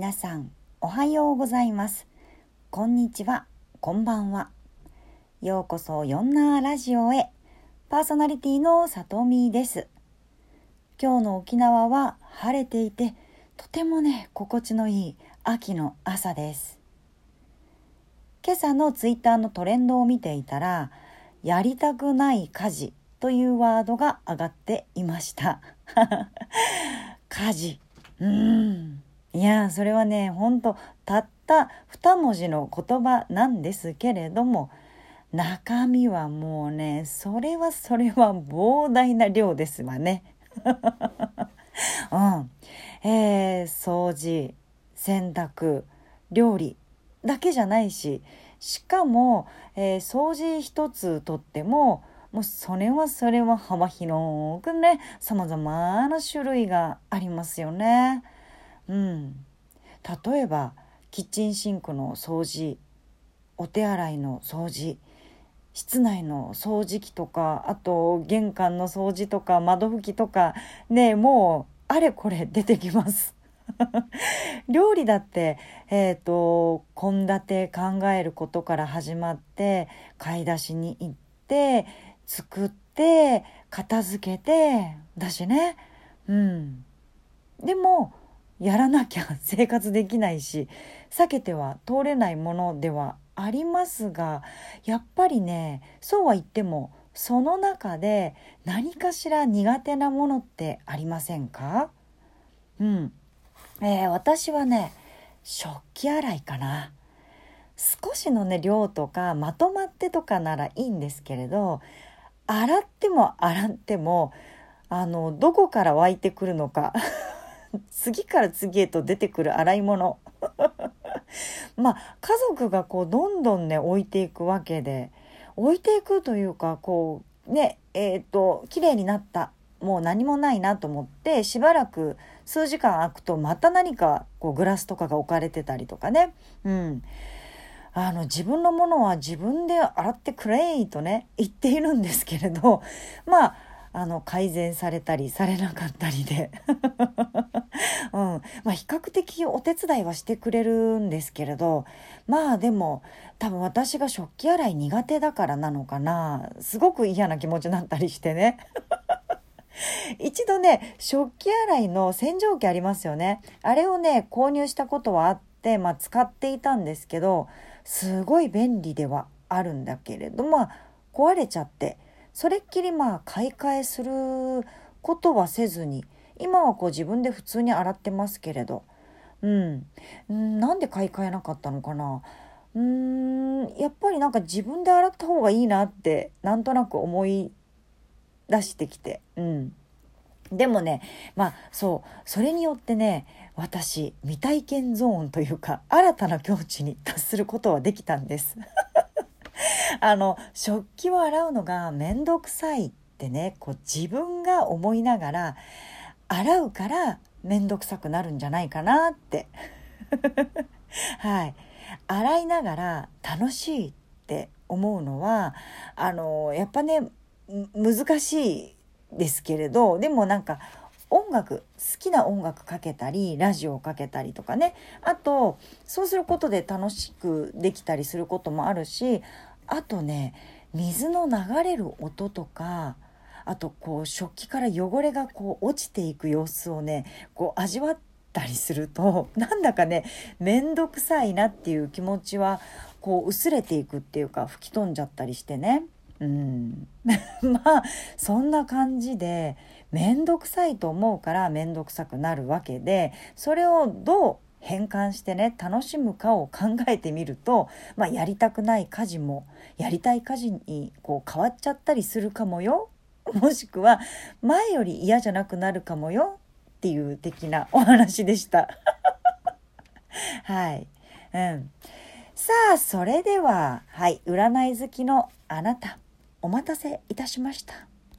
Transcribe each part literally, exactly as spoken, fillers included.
皆さんおはようございます。こんにちは、こんばんは。ようこそよんなラジオへ。パーソナリティのさとみです。今日の沖縄は晴れていて、とてもね心地のいい秋の朝です。今朝のツイッターのトレンドを見ていたら、やりたくない家事というワードが上がっていました家事、うーんいやそれはねほんとたったに文字の言葉なんですけれども、中身はもうねそれはそれは膨大な量ですわねうん、えー、掃除、洗濯、料理だけじゃないし、しかも、えー、掃除一つとってももうそれはそれは幅広くね様々な種類がありますよね。うん、例えばキッチンシンクの掃除、お手洗いの掃除、室内の掃除機とか、あと玄関の掃除とか窓拭きとかね、もうあれこれ出てきます料理だってえっと献立考えることから始まって、買い出しに行って作って片付けてだしね。うんでもやらなきゃ生活できないし、避けては通れないものではありますが、やっぱりねそうは言ってもその中で何かしら苦手なものってありませんか？うん、えー、私はね食器洗いかな。少しのね量とかまとまってとかならいいんですけれど、洗っても洗ってもあのどこから湧いてくるのか次から次へと出てくる洗い物まあ家族がこうどんどんね置いていくわけで、置いていくというかこうねえっと綺麗になった、もう何もないなと思ってしばらく数時間空くとまた何かこうグラスとかが置かれてたりとかね、うんあの自分のものは自分で洗ってくれいとね言っているんですけれど、まああの改善されたりされなかったりでうん、まあ比較的お手伝いはしてくれるんですけれど、まあでも多分私が食器洗い苦手だからなのかな、すごく嫌な気持ちになったりしてね一度ね食器洗いの洗浄機ありますよね、あれをね購入したことはあって、まあ、使っていたんですけど、すごい便利ではあるんだけれどまあ壊れちゃって、それっきりまあ買い替えすることはせずに今はこう自分で普通に洗ってますけれど、うん、んなんで買い替えなかったのかな。うーんやっぱりなんか自分で洗った方がいいなってなんとなく思い出してきて、うんでもねまあそうそれによってね私未体験ゾーンというか新たな境地に達することはできたんですあの食器を洗うのがめんどくさいってねこう自分が思いながら洗うからめんどくさくなるんじゃないかなってはい洗いながら楽しいって思うのはあのやっぱね難しいですけれど、でもなんか音楽好きな音楽かけたりラジオをかけたりとかね、あとそうすることで楽しくできたりすることもあるし、あとね水の流れる音とか、あとこう食器から汚れがこう落ちていく様子をねこう味わったりするとなんだかねめんどくさいなっていう気持ちはこう薄れていくっていうか吹き飛んじゃったりしてね、うんまあそんな感じでめんどくさいと思うからめんどくさくなるわけで、それをどう変換してね楽しむかを考えてみると、まあ、やりたくない家事もやりたい家事にこう変わっちゃったりするかもよ、もしくは前より嫌じゃなくなるかもよっていう的なお話でしたはい、うん、さあそれでははい占い好きのあなたお待たせいたしました。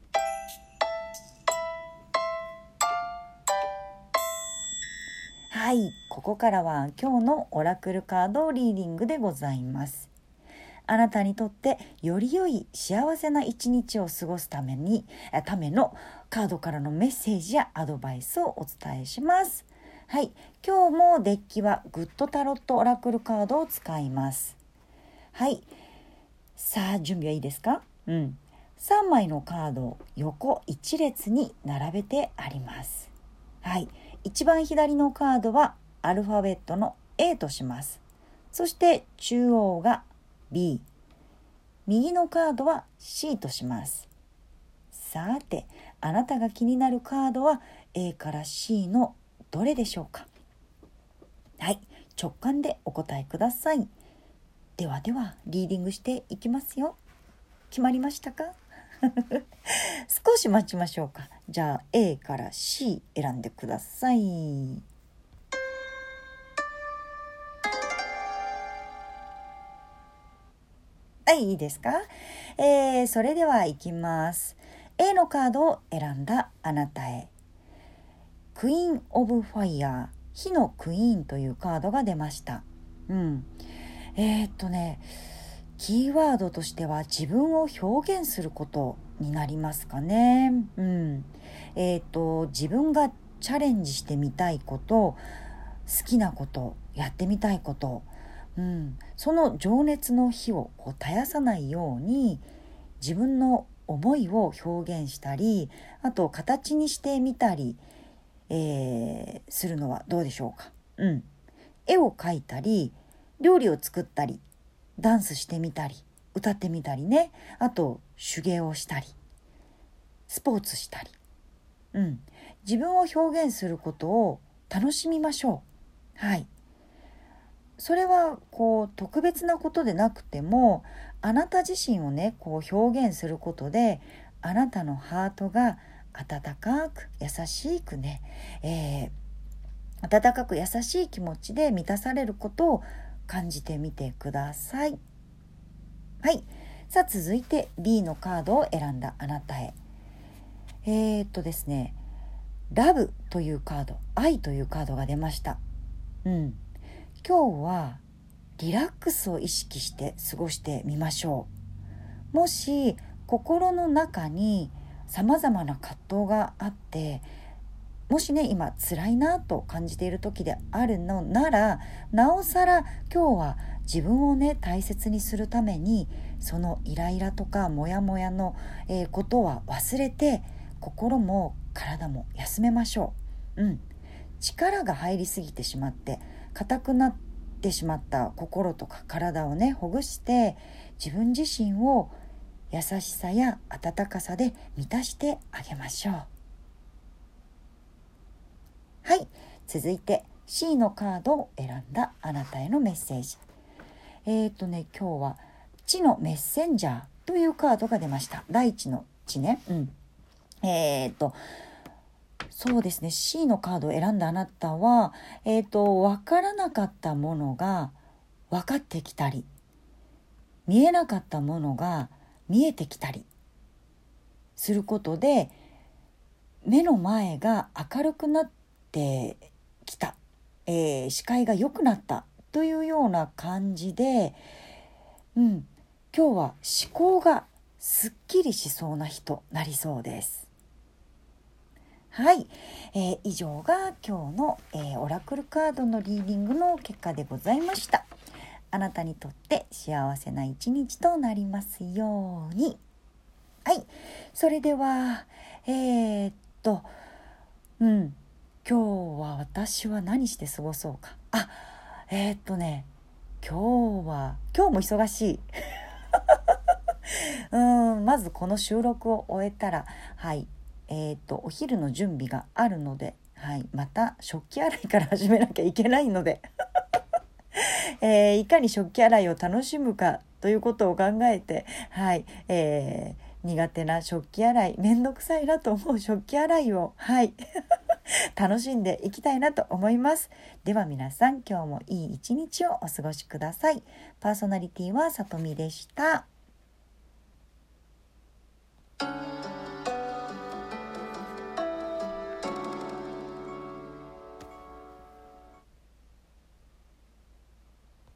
はい、ここからは今日のオラクルカードリーディングでございます。あなたにとってより良い幸せな一日を過ごすためにためのカードからのメッセージやアドバイスをお伝えします。 はい、今日もデッキはグッドタロットオラクルカードを使います。はい、さあ準備はいいですか？うん。さんまいのカードを横一列に並べてあります。はい、一番左のカードはアルファベットの エー とします。そして中央が ビー、右のカードは シー とします。さて、あなたが気になるカードは エー から シー のどれでしょうか？はい、直感でお答えください。ではではリーディングしていきますよ。決まりましたか？少し待ちましょうか。じゃあ エー から シー 選んでください。はい、いいですか？えー、それではいきます。A のカードを選んだあなたへ。クイーン・オブ・ファイヤー、火のクイーンというカードが出ました。うん。えー、っとね、キーワードとしては自分を表現することになりますかね。うん。えー、っと、自分がチャレンジしてみたいこと、好きなこと、やってみたいこと、うん、その情熱の火をこう絶やさないように自分の思いを表現したり、あと形にしてみたり、えー、するのはどうでしょうか。うん、絵を描いたり、料理を作ったり、ダンスしてみたり、歌ってみたりね、あと手芸をしたり、スポーツしたり、うん、自分を表現することを楽しみましょう。はい。それはこう特別なことでなくても、あなた自身をねこう表現することで、あなたのハートが温かく優しくね、えー、温かく優しい気持ちで満たされることを感じてみてください。はい、さあ続いて ビー のカードを選んだあなたへ。えー、っとですねラブというカード、愛というカードが出ました。うん、今日はリラックスを意識して過ごしてみましょう。もし心の中にさまざまな葛藤があって、もしね今辛いなと感じている時であるのなら、なおさら今日は自分をね大切にするために、そのイライラとかモヤモヤの、えー、ことは忘れて、心も体も休めましょう。うん、力が入りすぎてしまって硬くなってしまった心とか体をねほぐして、自分自身を優しさや温かさで満たしてあげましょう。はい、続いて シー のカードを選んだあなたへのメッセージ。えっとね今日は地のメッセンジャーというカードが出ました。大地の地ね。うん。えっとそうですね シー のカードを選んだあなたは、えっと分からなかったものが分かってきたり、見えなかったものが見えてきたりすることで、目の前が明るくなってきた、えー、視界が良くなったというような感じで、うん、今日は思考がすっきりしそうな日となりそうです。はい、えー、以上が今日の、えー、オラクルカードのリーディングの結果でございました。あなたにとって幸せな一日となりますように。はい、それではえー、っとうん今日は私は何して過ごそうか。あえー、っとね今日は今日も忙しいうんまずこの収録を終えたら、はいえー、っとお昼の準備があるので、はい、また食器洗いから始めなきゃいけないので、えー、いかに食器洗いを楽しむかということを考えて、はい、えー、苦手な食器洗い、めんどくさいなと思う食器洗いを、はい楽しんでいきたいなと思います。では皆さん、今日もいい一日をお過ごしください。パーソナリティはさとみでした。